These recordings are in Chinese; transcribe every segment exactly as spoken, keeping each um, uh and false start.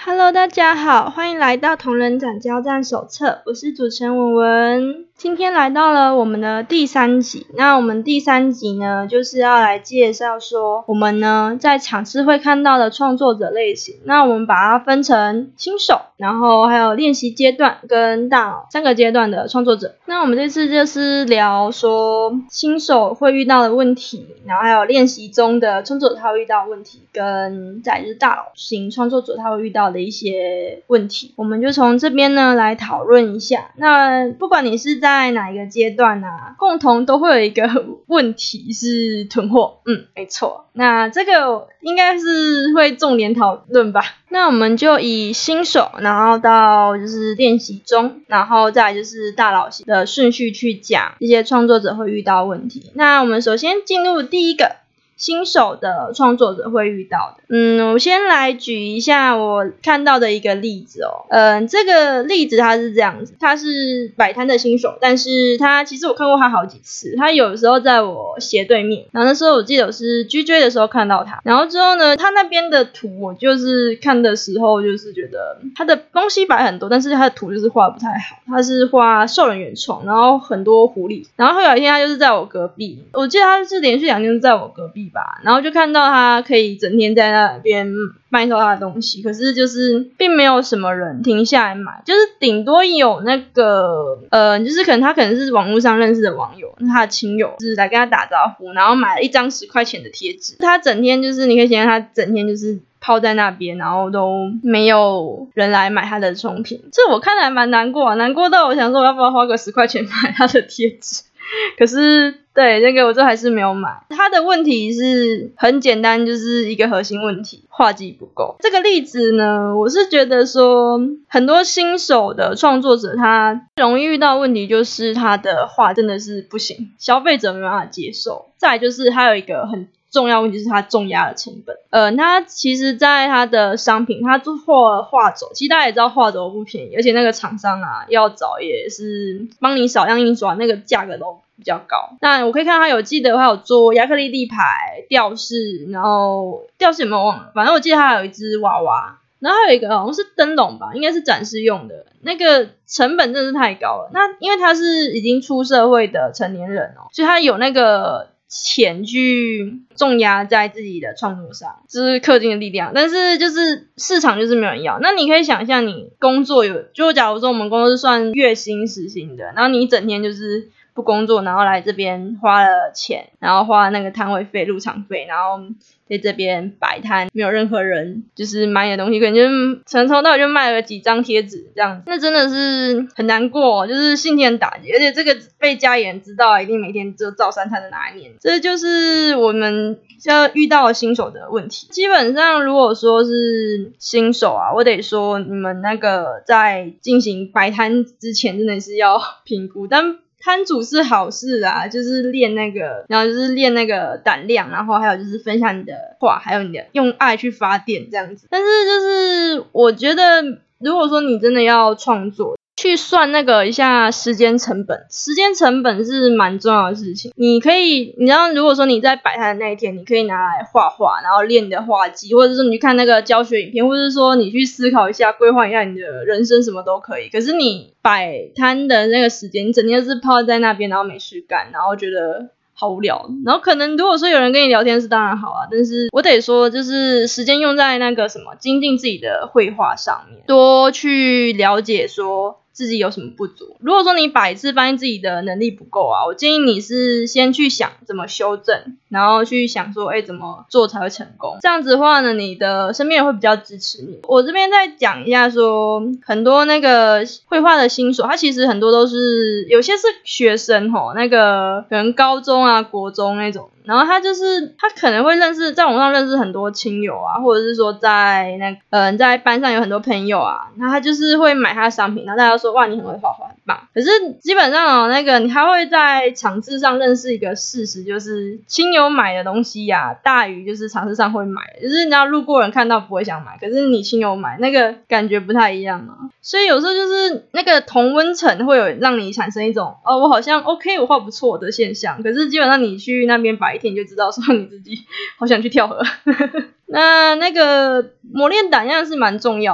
Hello， 大家好，欢迎来到同人展交战手册，我是主持人文文。今天来到了我们的第三集，那我们第三集呢，就是要来介绍说我们呢在场次会看到的创作者类型。那我们把它分成新手，然后还有练习阶段跟大佬三个阶段的创作者。那我们这次就是聊说新手会遇到的问题，然后还有练习中的创作者他会遇到的问题，跟再来就是大佬型创作者他会遇到的一些问题。我们就从这边呢来讨论一下。那不管你是在哪一个阶段啊，共同都会有一个问题是囤货。嗯，没错。那这个应该是会重点讨论吧。那我们就以新手，然后到就是练习中，然后再来就是大佬型的顺序去讲这些创作者会遇到问题。那我们首先进入第一个新手的创作者会遇到的。嗯，我先来举一下我看到的一个例子哦。嗯，这个例子他是这样子，他是摆摊的新手，但是他其实我看过他好几次，他有时候在我斜对面，然后那时候我记得我是 G J 的时候看到他，然后之后呢，他那边的图我就是看的时候就是觉得他的东西摆很多，但是他的图就是画不太好，他是画兽人原创，然后很多狐狸，然后后有一天他就是在我隔壁，我记得他是连续两天是在我隔壁吧，然后就看到他可以整天在那边卖售他的东西，可是就是并没有什么人停下来买，就是顶多有那个呃，就是可能他可能是网络上认识的网友，他的亲友就是来跟他打招呼，然后买了一张十块钱的贴纸，他整天就是你可以想象他整天就是泡在那边，然后都没有人来买他的商品，这我看来蛮难过啊，难过到我想说我要不要花个十块钱买他的贴纸，可是对那个我就还是没有买。他的问题是很简单，就是一个核心问题，画技不够。这个例子呢，我是觉得说很多新手的创作者他容易遇到问题，就是他的画真的是不行，消费者没办法接受。再来就是还有一个很重要问题是它重压的成本。呃，它其实在它的商品，它做画画轴，其实大家也知道画轴不便宜，而且那个厂商啊要找也是帮你少量印刷，那个价格都比较高。那我可以看到他有记得他有做亚克力立牌、吊饰，然后吊饰有没有忘了？反正我记得他有一只娃娃，然后还有一个好像是灯笼吧，应该是展示用的。那个成本真的是太高了。那因为他是已经出社会的成年人哦，所以他有那个钱去重压在自己的创作上，就是氪金的力量，但是就是市场就是没有人要。那你可以想象你工作有，就假如说我们工作是算月薪时薪的，然后你一整天就是不工作，然后来这边花了钱，然后花那个摊位费、入场费，然后在这边摆摊，没有任何人就是买你的东西，可能就是从头到尾就卖了几张贴纸这样子，那真的是很难过，就是心情很打击，而且这个被家里人知道，一定每天就照三餐的拿来念，这就是我们要遇到的新手的问题。基本上如果说是新手啊，我得说你们那个在进行摆摊之前真的是要评估，但摊主是好事啊，就是练那个，然后就是练那个胆量，然后还有就是分享你的话，还有你的用爱去发电这样子。但是就是我觉得，如果说你真的要创作，去算那个一下时间成本，时间成本是蛮重要的事情。你可以，你知道，如果说你在摆摊的那一天，你可以拿来画画，然后练你的画技，或者是你去看那个教学影片，或者是说你去思考一下、规划一下你的人生，什么都可以。可是你摆摊的那个时间，你整天就是泡在那边，然后没事干，然后觉得好无聊，然后可能如果说有人跟你聊天是当然好啊，但是我得说就是时间用在那个什么精进自己的绘画上面，多去了解说自己有什么不足。如果说你百次发现自己的能力不够啊，我建议你是先去想怎么修正，然后去想说哎怎么做才会成功，这样子的话呢你的身边人会比较支持你。我这边再讲一下说很多那个绘画的新手，他其实很多都是有些是学生齁，那个可能高中啊国中那种，然后他就是他可能会认识在网上认识很多亲友啊，或者是说在那呃在班上有很多朋友啊，那他就是会买他的商品，然后大家说哇你很会画画很棒。可是基本上哦那个他会在场次上认识一个事实，就是亲友买的东西啊大于就是场次上会买的，就是你要路过人看到不会想买，可是你亲友买那个感觉不太一样啊。所以有时候就是那个同温层会有让你产生一种哦我好像 OK 我画不错的现象，可是基本上你去那边摆一天你就知道说你自己好想去跳河那那个磨练胆量是蛮重要的啦，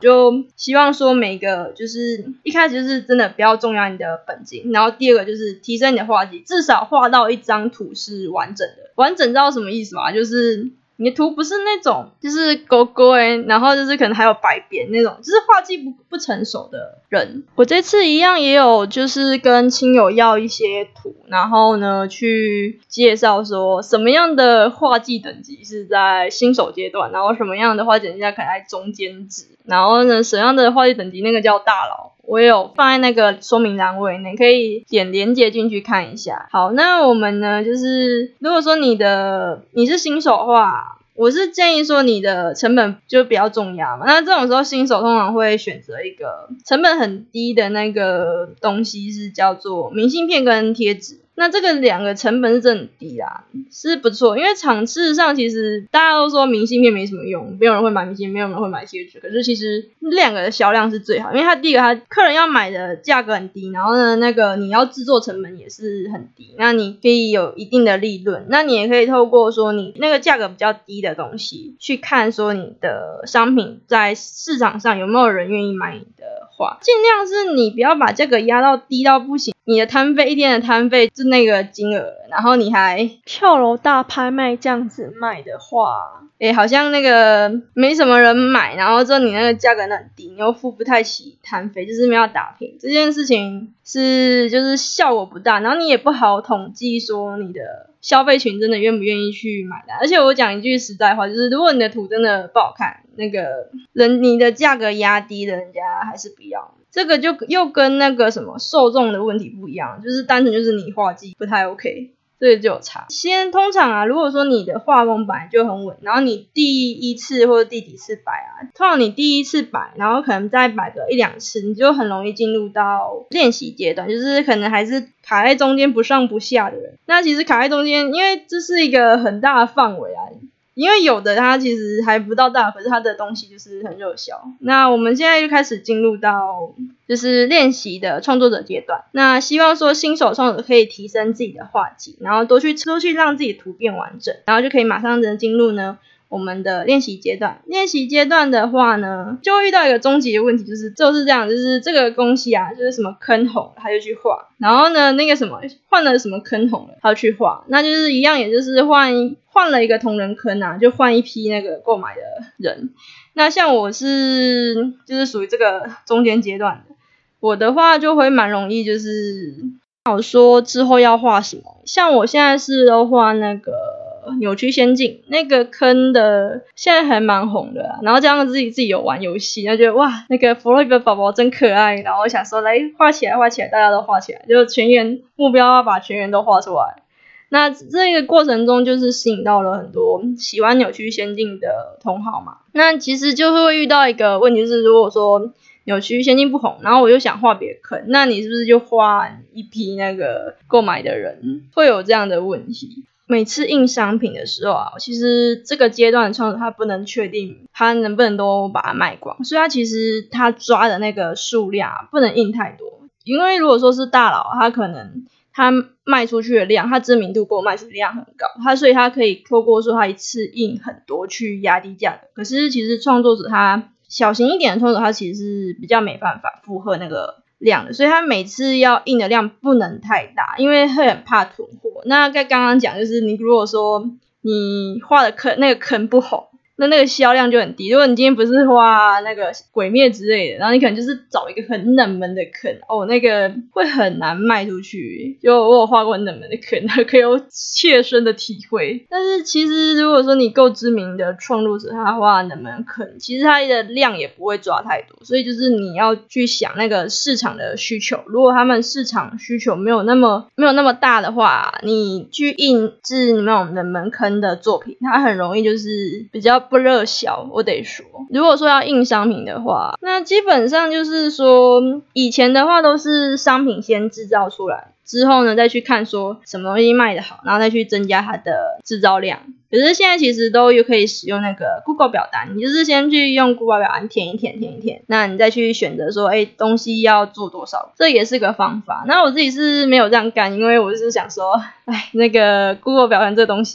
就希望说每个就是一开始就是真的不要重压你的本金，然后第二个就是提升你的画技，至少画到一张图是完整的。完整知道什么意思吗？就是你的图不是那种就是勾勾诶，然后就是可能还有白边那种，就是画技不不成熟的人。我这次一样也有就是跟亲友要一些图，然后呢去介绍说什么样的画技等级是在新手阶段，然后什么样的画技等级可能在中间值，然后呢什么样的画技等级那个叫大佬。我也有放在那个说明栏位，你可以点连结进去看一下。好，那我们呢就是如果说你的你是新手的话，我是建议说你的成本就比较重压嘛，那这种时候新手通常会选择一个成本很低的那个东西，是叫做明信片跟贴纸。那这个两个成本是真的很低啦，是不错，因为场次上其实大家都说明信片没什么用，没有人会买明信片，没有人会买贴纸，可是其实两个的销量是最好，因为它第一个它客人要买的价格很低，然后呢那个你要制作成本也是很低，那你可以有一定的利润，那你也可以透过说你那个价格比较低的东西去看说你的商品在市场上有没有人愿意买你的画，尽量是你不要把价格压到低到不行，你的摊费一天的摊费是那个金额，然后你还跳楼大拍卖这样子卖的话，诶好像那个没什么人买，然后之后你那个价格很低，你又付不太起摊费，就是没有打平，这件事情是就是效果不大，然后你也不好统计说你的消费群真的愿不愿意去买的。而且我讲一句实在话，就是如果你的图真的不好看，那个人你的价格压低了，人家还是不要。这个就又跟那个什么受众的问题不一样，就是单纯就是你画技不太 OK， 这个就有差。先通常啊，如果说你的画工本来就很稳，然后你第一次或者第几次摆啊，通常你第一次摆，然后可能再摆个一两次，你就很容易进入到练习阶段，就是可能还是卡在中间不上不下的人。那其实卡在中间，因为这是一个很大的范围啊。因为有的它其实还不到大，可是它的东西就是很热销。那我们现在就开始进入到就是练习的创作者阶段。那希望说新手创作者可以提升自己的画技，然后多去多去让自己的图变完整，然后就可以马上的进入呢我们的练习阶段。练习阶段的话呢，就会遇到一个终极的问题，就是就是这样，就是这个东西啊，就是什么坑红他就去画，然后呢那个什么换了什么坑红了他就去画，那就是一样，也就是换换了一个同人坑啊，就换一批那个购买的人。那像我是就是属于这个中间阶段的，我的话就会蛮容易就是好说之后要画什么，像我现在是都画那个扭曲仙境那个坑的，现在还蛮红的啊，然后加上自己自己有玩游戏，然后觉得哇那个弗洛伊德宝宝真可爱，然后我想说来画起来画起来，大家都画起来，就全员目标要把全员都画出来。那这个过程中就是吸引到了很多喜欢扭曲仙境的同好嘛，那其实就会遇到一个问题，就是如果说扭曲仙境不红，然后我又想画别的坑，那你是不是就画一批那个购买的人，会有这样的问题。每次印商品的时候啊，其实这个阶段的创作他不能确定他能不能都把它卖光，所以他其实他抓的那个数量、啊、不能印太多，因为如果说是大佬，他可能他卖出去的量，他知名度过卖出的量很高，他所以他可以透过说他一次印很多去压低价格。可是其实创作者他小型一点的创作者，他其实是比较没办法负荷那个量的，所以他每次要印的量不能太大，因为会很怕囤货。那在刚刚讲就是你如果说你画的坑那个坑不红，那那个销量就很低。如果你今天不是画那个鬼灭之类的，然后你可能就是找一个很冷门的坑，哦，那个会很难卖出去。就我有画过很冷门的坑，可以有切身的体会。但是其实如果说你够知名的创作者，他画冷门坑，其实他的量也不会抓太多，所以就是你要去想那个市场的需求。如果他们市场需求没有那么没有那么大的话，你去印制那种冷门坑的作品，它很容易就是比较不热销。我得说，如果说要印商品的话，那基本上就是说以前的话都是商品先制造出来，之后呢再去看说什么东西卖得好，然后再去增加它的制造量。可是现在其实都有可以使用那个 Google 表单，你就是先去用 Google 表单填一填填一填，那你再去选择说诶东西要做多少，这也是个方法。那我自己是没有这样干，因为我是想说哎，那个 Google 表单这东西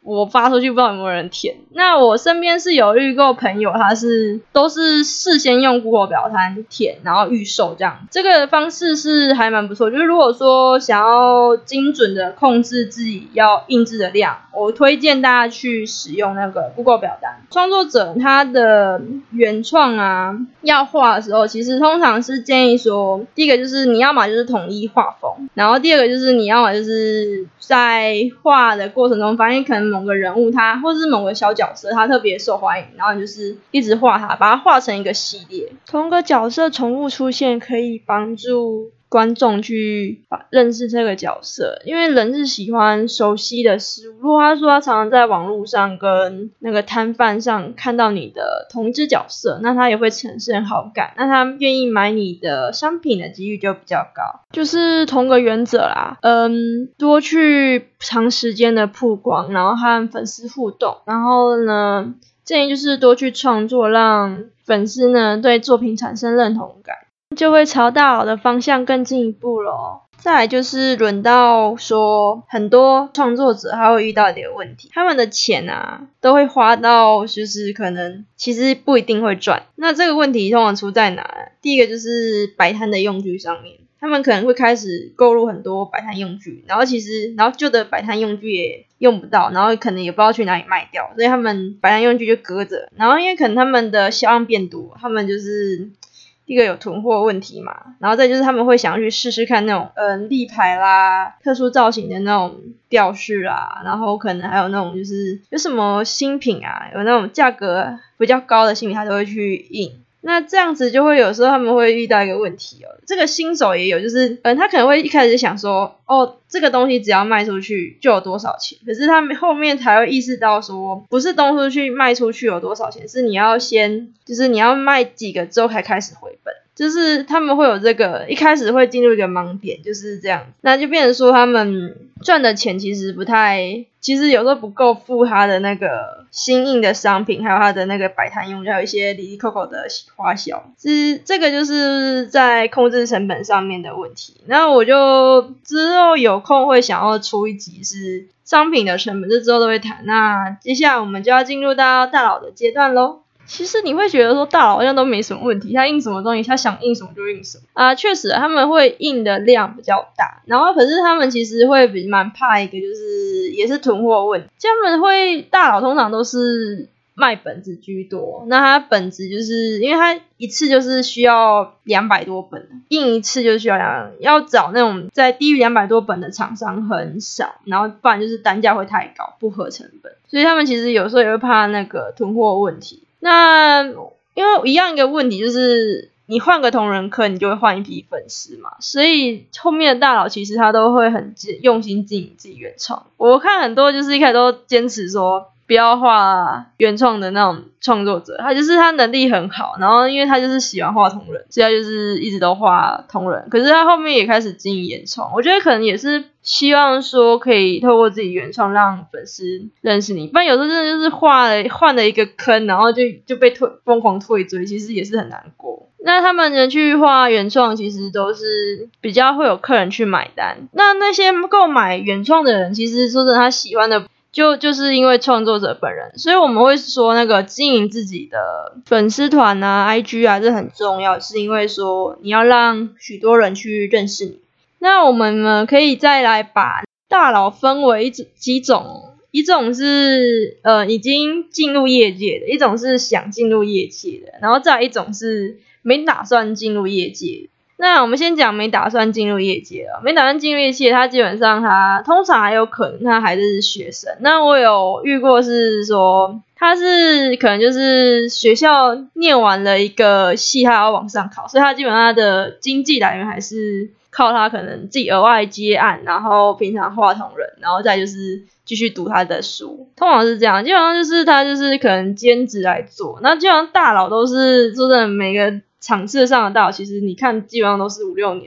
我发出去不知道有没有人填。那我身边是有遇过朋友，他是都是事先用 Google 表单填，然后预售这样，这个方式是还蛮不错。就是如果说想要精准的控制自己要印制的量，我推荐大家去使用那个 Google 表单。创作者他的原创啊要画的时候，其实通常是建议说，第一个就是你要嘛就是统一画风，然后第二个就是你要嘛就是在画的过程中发现可能某个人物他或是某个小角色他特别受欢迎，然后你就是一直画他，把它画成一个系列。同个角色重复出现可以帮助观众去认识这个角色，因为人是喜欢熟悉的事物。如果他说他常常在网络上跟那个摊贩上看到你的同一只角色，那他也会产生好感，那他愿意买你的商品的几率就比较高。就是同个原则啦，嗯，多去长时间的曝光，然后和粉丝互动，然后呢建议就是多去创作，让粉丝呢对作品产生认同感，就会朝大佬的方向更进一步咯。再来就是轮到说很多创作者他会遇到的一个问题，他们的钱啊都会花到就是可能其实不一定会赚。那这个问题通常出在哪？第一个就是摆摊的用具上面，他们可能会开始购入很多摆摊用具，然后其实然后旧的摆摊用具也用不到，然后可能也不知道去哪里卖掉，所以他们摆摊用具就搁着。然后因为可能他们的销量变多，他们就是第一个有囤货问题嘛，然后再就是他们会想要去试试看那种嗯立牌啦、特殊造型的那种吊饰啦，然后可能还有那种就是有什么新品啊，有那种价格比较高的新品他都会去印。那这样子就会有时候他们会遇到一个问题哦，这个新手也有，就是嗯他可能会一开始想说哦这个东西只要卖出去就有多少钱，可是他们后面才会意识到说不是东出去卖出去有多少钱，是你要先就是你要卖几个之后才开始回本，就是他们会有这个一开始会进入一个盲点，就是这样，那就变成说他们赚的钱其实不太，其实有时候不够付他的那个新印的商品，还有他的那个摆摊用具，还有一些里里扣扣的花销，这这个就是在控制成本上面的问题。那我就之后有空会想要出一集是商品的成本，这之后都会谈。那接下来我们就要进入到大佬的阶段咯。其实你会觉得说大佬好像都没什么问题，他印什么东西他想印什么就印什么啊，确实他们会印的量比较大，然后可是他们其实会比蛮怕一个就是也是囤货问题，他们会大佬通常都是卖本子居多，那他本子就是因为他一次就是需要两百多本，印一次就需要两要找那种在低于两百多本的厂商很少，然后不然就是单价会太高不合成本，所以他们其实有时候也会怕那个囤货问题。那因为一样一个问题就是你换个同人课你就会换一批粉丝嘛，所以后面的大佬其实他都会很用心经营自己原创。我看很多就是一开始都坚持说不要画原创的那种创作者，他就是他能力很好，然后因为他就是喜欢画同人，所以他就是一直都画同人，可是他后面也开始经营原创，我觉得可能也是希望说可以透过自己原创让粉丝认识你，不然有时候真的就是画了换了一个坑，然后就就被退疯狂退追，其实也是很难过。那他们人去画原创其实都是比较会有客人去买单，那那些购买原创的人其实说真的他喜欢的就就是因为创作者本人，所以我们会说那个经营自己的粉丝团啊 I G 啊这很重要，是因为说你要让许多人去认识你。那我们呢可以再来把大佬分为几种，一种是呃已经进入业界的，一种是想进入业界的，然后再来一种是没打算进入业界的。那我们先讲没打算进入业界了，没打算进入业界，他基本上他通常还有可能他还是学生。那我有遇过是说他是可能就是学校念完了一个系，他要往上考，所以他基本上他的经济来源还是靠他可能自己额外接案，然后平常画同人，然后再就是继续读他的书，通常是这样，基本上就是他就是可能兼职来做。那基本上大佬都是说真的，每个场次上的大佬其实你看基本上都是五六年的，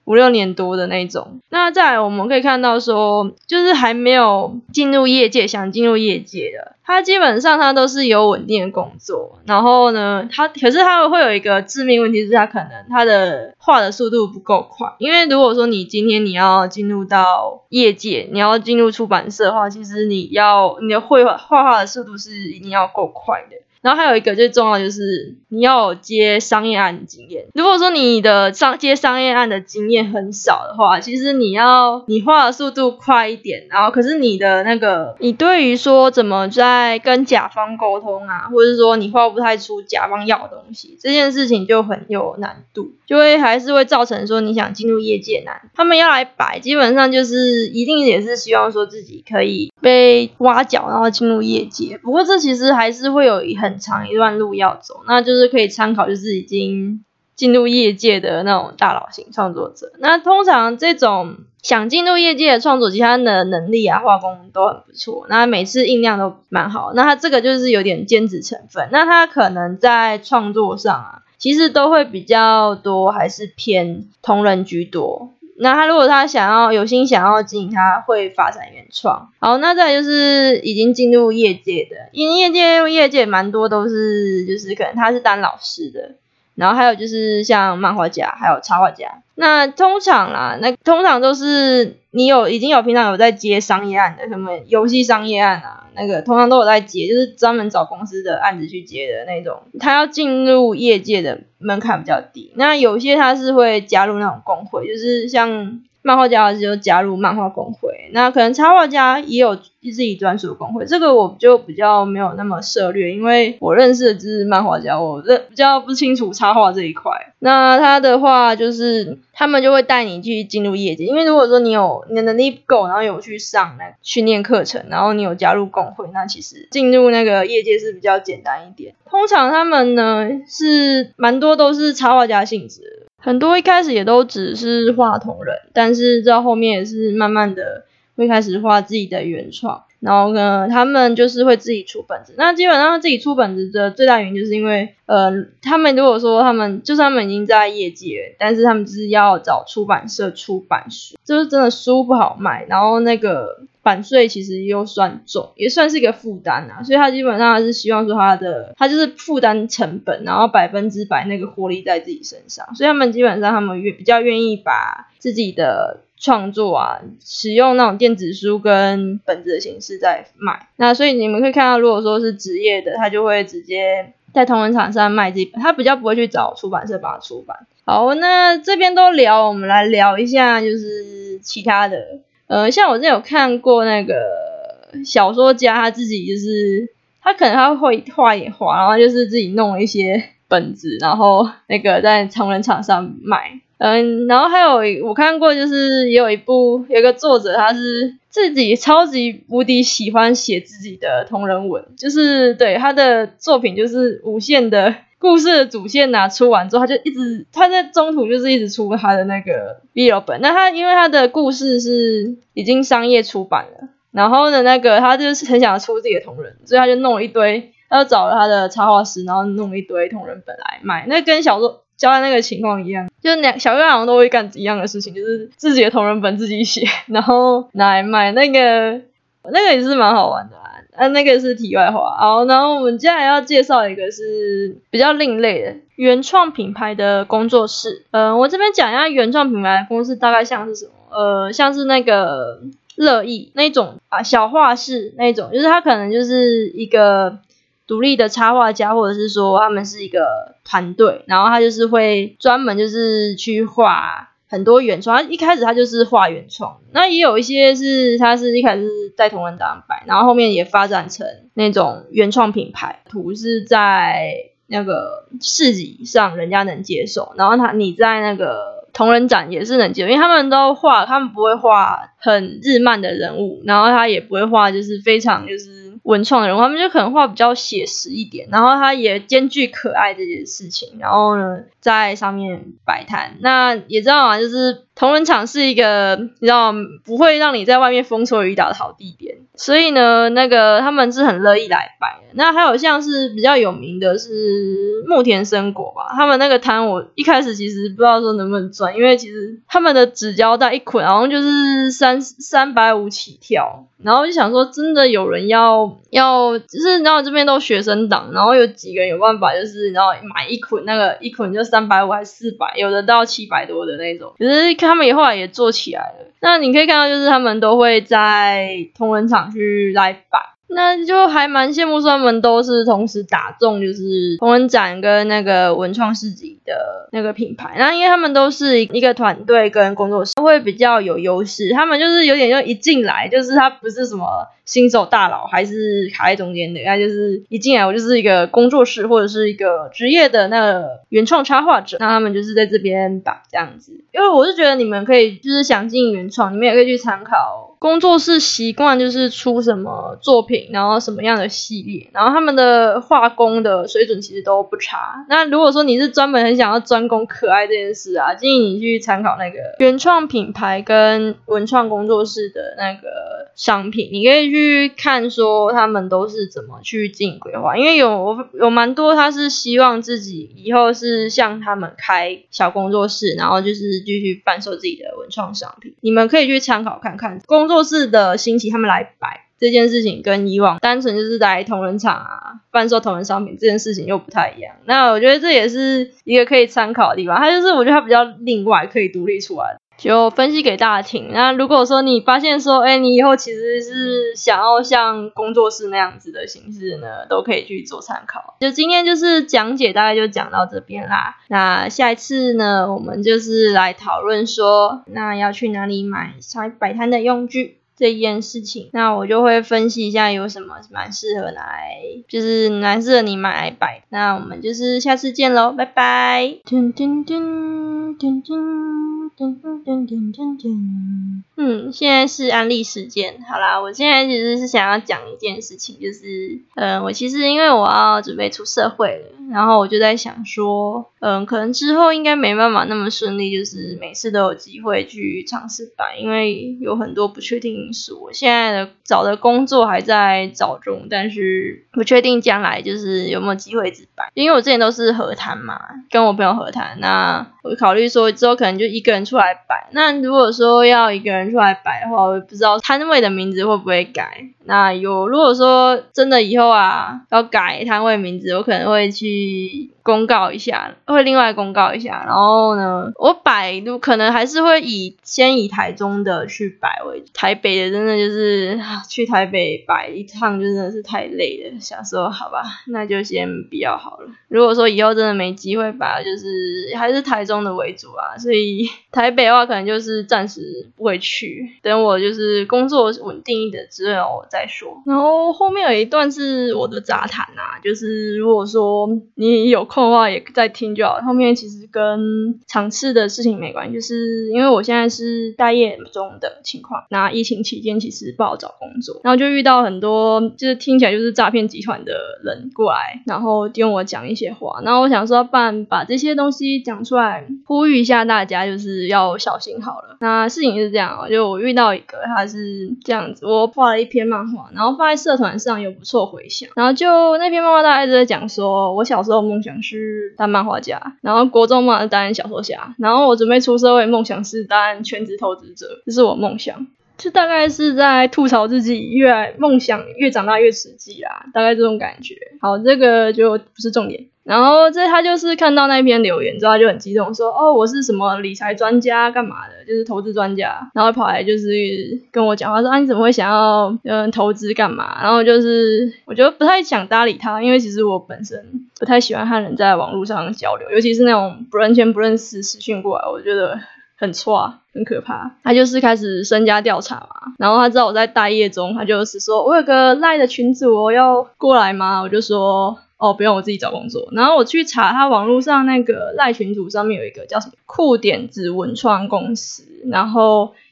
五六年多的那种。那再来我们可以看到说，就是还没有进入业界，想进入业界的，他基本上他都是有稳定的工作，然后呢，他可是他会有一个致命问题，是他可能他的画的速度不够快。因为如果说你今天你要进入到业界，你要进入出版社的话，其实你要你的绘画画画的速度是一定要够快的。然后还有一个最重要的就是你要有接商业案的经验。如果说你的商接商业案的经验很少的话，其实你要你画的速度快一点，然后可是你的那个你对于说怎么在跟甲方沟通啊，或者说你画不太出甲方要的东西，这件事情就很有难度，就会还是会造成说你想进入业界难。他们要来摆，基本上就是一定也是希望说自己可以被挖角，然后进入业界。不过这其实还是会有很很长一段路要走，那就是可以参考就是已经进入业界的那种大佬型创作者。那通常这种想进入业界的创作者，其实他的能力啊画工都很不错，那每次印量都蛮好，那他这个就是有点兼职成分。那他可能在创作上啊其实都会比较多还是偏同人居多。那他如果他想要有心想要经营，他会发展原创。好，那再来就是已经进入业界的，因为业界业界蛮多都是就是可能他是当老师的，然后还有就是像漫画家还有插画家。那通常啦，那通常都是你有已经有平常有在接商业案的，什么游戏商业案啊，那个通常都有在接，就是专门找公司的案子去接的那种。他要进入业界的门槛比较低。那有些他是会加入那种工会，就是像漫画家就加入漫画工会，那可能插画家也有自己专属的工会，这个我就比较没有那么涉猎，因为我认识的只是漫画家，我比较不清楚插画这一块。那他的话就是他们就会带你去进入业界，因为如果说你有你的能力够，然后有去上那个训练课程，然后你有加入工会，那其实进入那个业界是比较简单一点。通常他们呢是蛮多都是插画家性质的，很多一开始也都只是画同人，但是到后面也是慢慢的会开始画自己的原创，然后呢他们就是会自己出本子。那基本上自己出本子的最大原因就是因为呃，他们如果说他们就算他们已经在业界，但是他们就是要找出版社出版书，就是真的书不好卖，然后那个版税其实又算重，也算是一个负担啊，所以他基本上还是希望说他的他就是负担成本，然后百分之百那个获利在自己身上，所以他们基本上他们比较愿意把自己的创作啊使用那种电子书跟本子的形式在卖。那所以你们可以看到，如果说是职业的，他就会直接在同人场上卖这一本，他比较不会去找出版社帮他出版。好，那这边都聊，我们来聊一下就是其他的。呃，像我之前有看过那个小说家，他自己就是他可能他会画也画，然后就是自己弄了一些本子，然后那个在同人场上卖。嗯，然后还有我看过，就是也有一部有一个作者，他是自己超级无敌喜欢写自己的同人文，就是对他的作品就是无限的故事的主线拿出完之后，他就一直他在中途就是一直出他的那个 B L 本。那他因为他的故事是已经商业出版了，然后呢那个他就是很想出自己的同人，所以他就弄了一堆，他就找了他的插画师，然后弄了一堆同人本来卖。那跟小说交代那个情况一样，就是两小月好像都会干一样的事情，就是自己的同人本自己写，然后拿来卖。那个那个也是蛮好玩的啦，啊，那个是题外话。好，然后我们接下来要介绍一个是比较另类的原创品牌的工作室。呃，我这边讲一下原创品牌的公司大概像是什么，呃，像是那个乐意那种啊，小画室那种，就是它可能就是一个独立的插画家，或者是说他们是一个团队，然后他就是会专门就是去画很多原创。他一开始他就是画原创，那也有一些是他是一开始是在同人档摆，然后后面也发展成那种原创品牌，图是在那个市集上人家能接受，然后他你在那个同人展也是能接受，因为他们都画，他们不会画很日漫的人物，然后他也不会画就是非常就是文创的人物，他们就可能画比较写实一点，然后它也兼具可爱这件事情，然后呢在上面摆摊。那也知道啊，就是同仁场是一个你知道不会让你在外面风吹雨打的好地点，所以呢那个他们是很乐意来摆的。那还有像是比较有名的是木田生果吧，他们那个摊我一开始其实不知道说能不能赚，因为其实他们的纸胶带一捆好像就是三三百五起跳，然后就想说真的有人要要就是你知道这边都学生党，然后有几个人有办法就是你知道买一捆那个一捆就三百五还是四百，有的到七百多的那种，可是他们也后来也做起来了。那你可以看到就是他们都会在同仁场去来摆，那就还蛮羡慕说他们都是同时打中就是同仁展跟那个文创市集的那个品牌。那因为他们都是一个团队跟工作室，会比较有优势，他们就是有点就一进来就是他不是什么新手大佬还是卡在中间的，他就是一进来我就是一个工作室或者是一个职业的那个原创插画者，那他们就是在这边摆这样子。因为我是觉得你们可以就是想进原创，你们也可以去参考工作室习惯就是出什么作品，然后什么样的系列，然后他们的画工的水准其实都不差。那如果说你是专门很想要专攻可爱这件事啊，建议你去参考那个原创品牌跟文创工作室的那个商品，你可以去看说他们都是怎么去经营规划，因为有有蛮多他是希望自己以后是像他们开小工作室，然后就是继续贩售自己的文创商品，你们可以去参考看看工作室的兴起，他们来摆这件事情跟以往单纯就是来同仁场啊贩售同仁商品这件事情又不太一样。那我觉得这也是一个可以参考的地方，它就是我觉得它比较另外可以独立出来的，就分析给大家听。那如果说你发现说哎，你以后其实是想要像工作室那样子的形式呢，都可以去做参考。就今天就是讲解大概就讲到这边啦，那下一次呢我们就是来讨论说那要去哪里买摆摊的用具这件事情，那我就会分析一下有什么蛮适合来就是蛮适合你买来摆。那我们就是下次见咯，拜拜。嗯，现在是安利时间。好啦，我现在其实是想要讲一件事情，就是嗯、呃，我其实因为我要准备出社会了，然后我就在想说嗯、呃，可能之后应该没办法那么顺利，就是每次都有机会去尝试摆，因为有很多不确定因素。我现在的找的工作还在找中，但是不确定将来就是有没有机会一直摆，因为我之前都是合摊嘛，跟我朋友合摊，那我考虑说之后可能就一个人出来摆。那如果说要一个人出来摆的话，我不知道摊位的名字会不会改。那有如果说真的以后啊要改摊位名字，我可能会去公告一下，会另外公告一下。然后呢我摆可能还是会以先以台中的去摆为主，台北的真的就是去台北摆一趟就真的是太累了，想说好吧那就先不要好了。如果说以后真的没机会摆，就是还是台中的为主啊，所以台北的话可能就是暂时不会去，等我就是工作稳定一点之后再说。然后后面有一段是我的杂谈啊，就是如果说你有空的话也再听就好，后面其实跟场次的事情没关系，就是因为我现在是待业中的情况，那疫情期间其实不好找工作，然后就遇到很多就是听起来就是诈骗集团的人过来，然后跟我讲一些话，然后我想说不然把这些东西讲出来呼吁一下大家，就是要小心好了。那事情是这样，就我遇到一个他是这样子，我画了一篇漫画，然后放在社团上有不错回响，然后就那篇漫画大概一直在讲说我小时候梦想是当漫画家，然后国中嘛当小说家，然后我准备出社会梦想是当全职投资者，这是我梦想。就大概是在吐槽自己越来梦想越长大越实际啦，大概这种感觉。好，这个就不是重点。然后这他就是看到那篇留言之后他就很激动说哦我是什么理财专家干嘛的，就是投资专家，然后跑来就是跟我讲话说啊你怎么会想要嗯投资干嘛，然后就是我觉得不太想搭理他，因为其实我本身不太喜欢和人在网络上交流，尤其是那种不完全不认识私讯过来，我觉得很挫很可怕。他就是开始身家调查嘛，然后他知道我在待业中，他就是说我有个赖的群组我要过来吗，我就说哦不用我自己找工作。然后我去查他网络上那个赖群组上面有一个叫什么酷点子文创公司，然后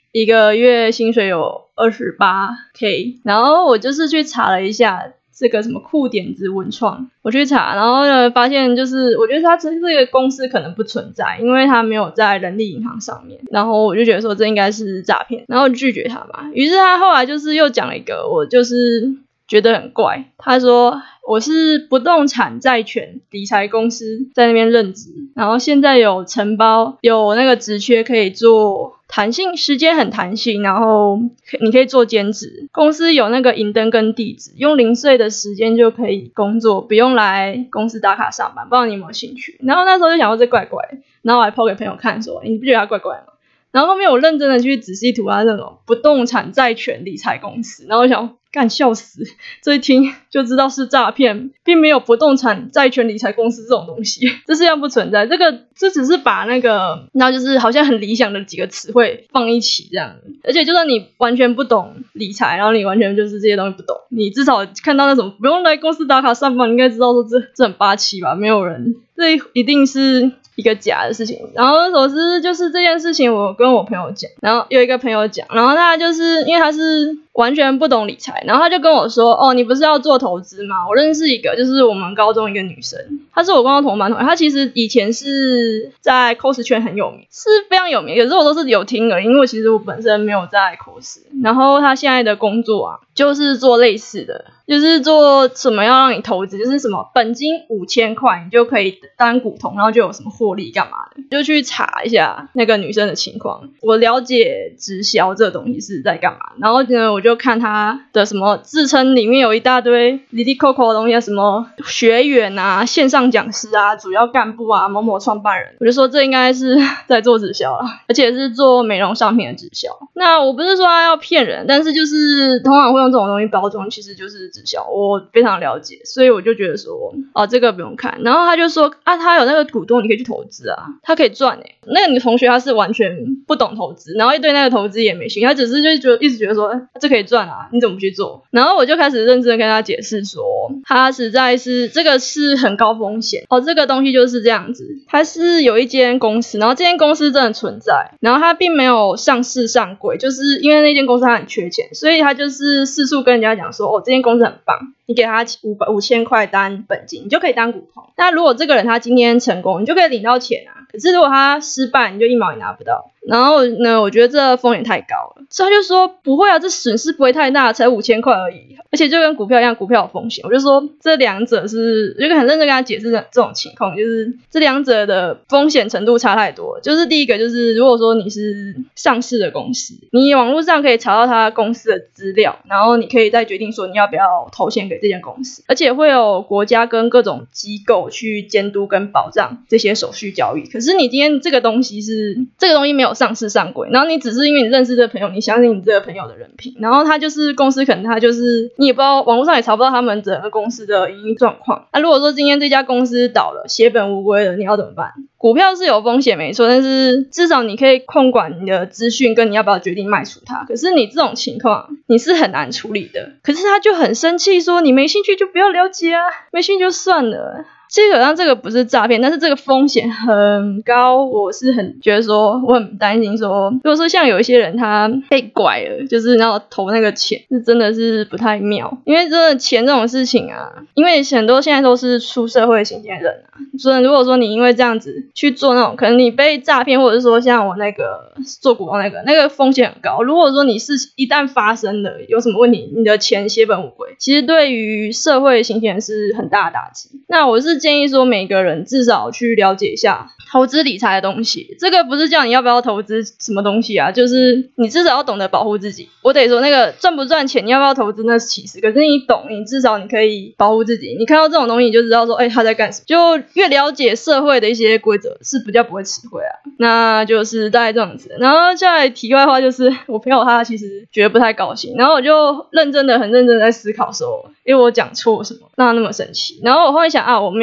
一个月薪水有 二十八K， 然后我就是去查了一下这个什么酷点子文创，我去查，然后呢发现就是我觉得他这个公司可能不存在，因为他没有在人力银行上面，然后我就觉得说这应该是诈骗，然后拒绝他嘛。于是他后来就是又讲了一个我就是觉得很怪，他说我是不动产债权理财公司在那边任职，然后现在有承包有那个职缺可以做弹性，时间很弹性，然后你可以做兼职，公司有那个银灯跟地址，用零碎的时间就可以工作，不用来公司打卡上班，不知道你有没有兴趣。然后那时候就想说这怪怪的，然后我还 po 给朋友看说你不觉得他怪怪吗？然后后面我认真的去仔细读他这种不动产债权理财公司，然后我想干笑死，这一听就知道是诈骗，并没有不动产债权理财公司这种东西，这世界上不存在。这个这只是把那个那就是好像很理想的几个词汇放一起这样，而且就算你完全不懂理财，然后你完全就是这些东西不懂，你至少看到那种不用来公司打卡上班，你应该知道说这这很八七吧，没有人，这一定是一个假的事情。然后总之就是这件事情我跟我朋友讲，然后有一个朋友讲，然后他就是因为他是完全不懂理财，然后他就跟我说哦你不是要做投资吗？我认识一个就是我们高中一个女生，她是我高中同班同学，她其实以前是在 cos 圈很有名，是非常有名，可是我都是有听而已，因为其实我本身没有在 cos。 然后她现在的工作啊就是做类似的，就是做什么要让你投资，就是什么本金五千块你就可以当股东，然后就有什么获利干嘛的，就去查一下那个女生的情况。我了解直销这个东西是在干嘛，然后呢我就看她的什么自称里面有一大堆里里扣扣的东西，什么学员啊、线上讲师啊、主要干部啊、某某创办人，我就说这应该是在做直销啦，而且是做美容商品的直销。那我不是说他要骗人，但是就是通常会用这种东西包装，其实就是直销，我非常了解，所以我就觉得说哦这个不用看。然后他就说啊他有那个股东你可以去投资啊，他可以赚诶、欸。那个女同学她是完全不懂投资，然后对那个投资也没兴趣，她只是就觉得一直觉得说、啊、这可以赚啊，你怎么不去做？然后我就开始认真的跟他解释说他实在是这个是很高风险哦，这个东西就是这样子，它是有一间公司，然后这间公司真的存在，然后它并没有上市上柜，就是因为那间公司它很缺钱，所以他就是四处跟人家讲说哦这间公司很棒，你给他五百五千块当本金，你就可以当股东。那如果这个人他今天成功，你就可以领到钱啊。可是如果他失败，你就一毛也拿不到。然后呢，我觉得这风险太高了，所以他就说不会啊，这损失不会太大，才五千块而已。而且就跟股票一样，股票有风险。我就说这两者是，我就很认真跟他解释这种情况，就是这两者的风险程度差太多。就是第一个就是，如果说你是上市的公司，你网络上可以查到他公司的资料，然后你可以再决定说你要不要投钱给这间公司，而且会有国家跟各种机构去监督跟保障这些手续交易。可是你今天这个东西是这个东西没有上市上柜，然后你只是因为你认识这个朋友，你相信你这个朋友的人品，然后他就是公司可能他就是你也不知道，网络上也查不到他们整个公司的营运状况。那、啊、如果说今天这家公司倒了，血本无归了，你要怎么办？股票是有风险没错，但是至少你可以控管你的资讯跟你要不要决定卖出它。可是你这种情况你是很难处理的。可是他就很生气说你没兴趣就不要了解啊，没兴趣就算了。基本上这个不是诈骗，但是这个风险很高，我是很觉得说我很担心说，如果说像有一些人他被拐了，就是然后投那个钱是真的是不太妙。因为真的钱这种事情啊，因为很多现在都是出社会新鲜人啊，所以如果说你因为这样子去做那种可能你被诈骗，或者是说像我那个做股票那个那个风险很高，如果说你是一旦发生了有什么问题，你的钱血本无归，其实对于社会新鲜人是很大的打击。那我是建议说每个人至少去了解一下投资理财的东西，这个不是叫你要不要投资什么东西啊，就是你至少要懂得保护自己。我得说那个赚不赚钱你要不要投资那是其次，可是你懂，你至少你可以保护自己，你看到这种东西你就知道说哎、欸、他在干什么，就越了解社会的一些规则是比较不会吃亏啊。那就是大概这样子。然后下来题外话就是我朋友他其实觉得不太高兴，然后我就认真的很认真的在思考说因为我讲错什么让他那么生气，然后我后来想啊我没有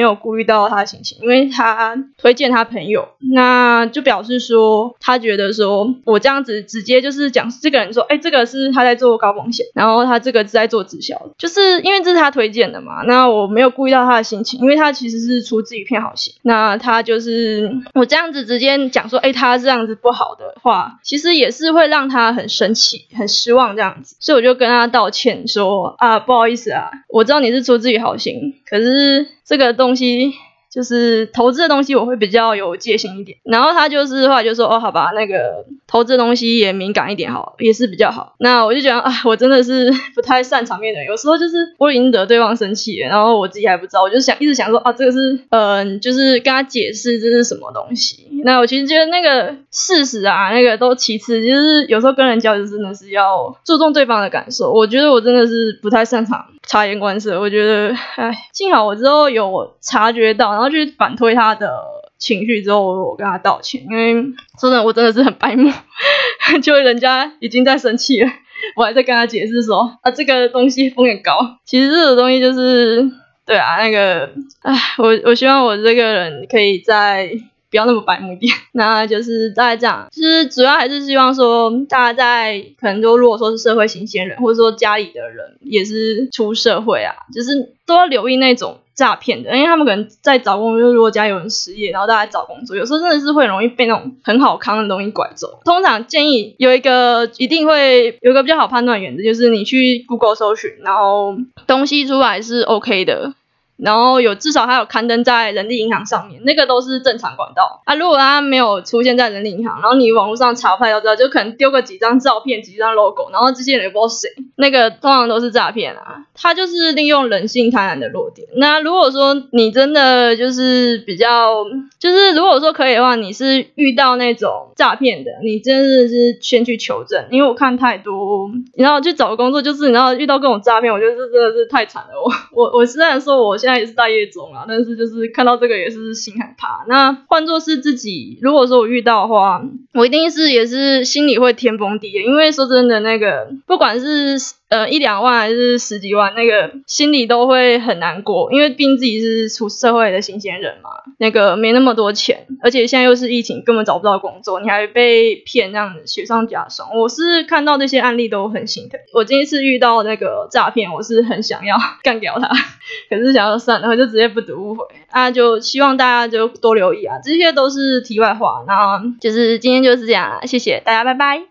有顾虑到他的心情，因为他推荐他朋友，那就表示说他觉得说我这样子直接就是讲这个人说，哎，这个是他在做高风险，然后他这个是在做直销，就是因为这是他推荐的嘛，那我没有顾虑到他的心情，因为他其实是出自一片好心，那他就是我这样子直接讲说，哎，他这样子不好的话，其实也是会让他很生气很失望这样子，所以我就跟他道歉说啊，不好意思啊，我知道你是出自于好心，可是这个东西就是投资的东西我会比较有戒心一点，然后他就是后来就说哦好吧，那个投资的东西也敏感一点好，也是比较好。那我就觉得啊，我真的是不太擅长面对，有时候就是我已经惹对方生气了，然后我自己还不知道，我就想一直想说啊，这个是嗯、呃，就是跟他解释这是什么东西。那我其实觉得那个事实啊，那个都其次，就是有时候跟人交流真的是要注重对方的感受。我觉得我真的是不太擅长察言观色，我觉得哎，幸好我之后有察觉到，然后去反推他的情绪之后，我跟他道歉，因为说真的我真的是很白目，就人家已经在生气了，我还在跟他解释说啊这个东西风险高，其实这个东西就是对啊那个唉，我我希望我这个人可以在不要那么白目一点，那就是大概这样，就是主要还是希望说大家在可能就如果说是社会新鲜人，或者说家里的人也是出社会啊，就是都要留意那种诈骗的，因为他们可能在找工作，如果家里有人失业，然后大家找工作，有时候真的是会容易被那种很好康的东西拐走。通常建议有一个一定会有一个比较好判断的原则，就是你去 Google 搜寻，然后东西出来是 OK 的，然后有至少它有刊登在人力银行上面，那个都是正常管道啊。如果它没有出现在人力银行，然后你网络上查不太到知道，就可能丢个几张照片几张 logo， 然后这些人也不知道谁，那个通常都是诈骗啊。它就是利用人性贪婪的弱点。那如果说你真的就是比较就是如果说可以的话，你是遇到那种诈骗的，你真的是先去求证，因为我看太多，你知道去找工作就是你知道遇到各种诈骗，我觉得这真的是太惨了。我我我虽然说我现在也是待业中啊，但是就是看到这个也是心害怕。那换作是自己，如果说我遇到的话，我一定是也是心里会天崩地裂，因为说真的，那个不管是呃一两万还是十几万，那个心里都会很难过，因为毕竟自己是出社会的新鲜人嘛，那个没那么多钱，而且现在又是疫情，根本找不到工作，你还被骗这样子，雪上加霜。我是看到这些案例都很心疼。我这一次遇到那个诈骗，我是很想要干掉他，可是想要算了，我就直接不读不回啊，就希望大家就多留意啊，这些都是题外话。那就是今天就是这样啦，谢谢大家，拜拜。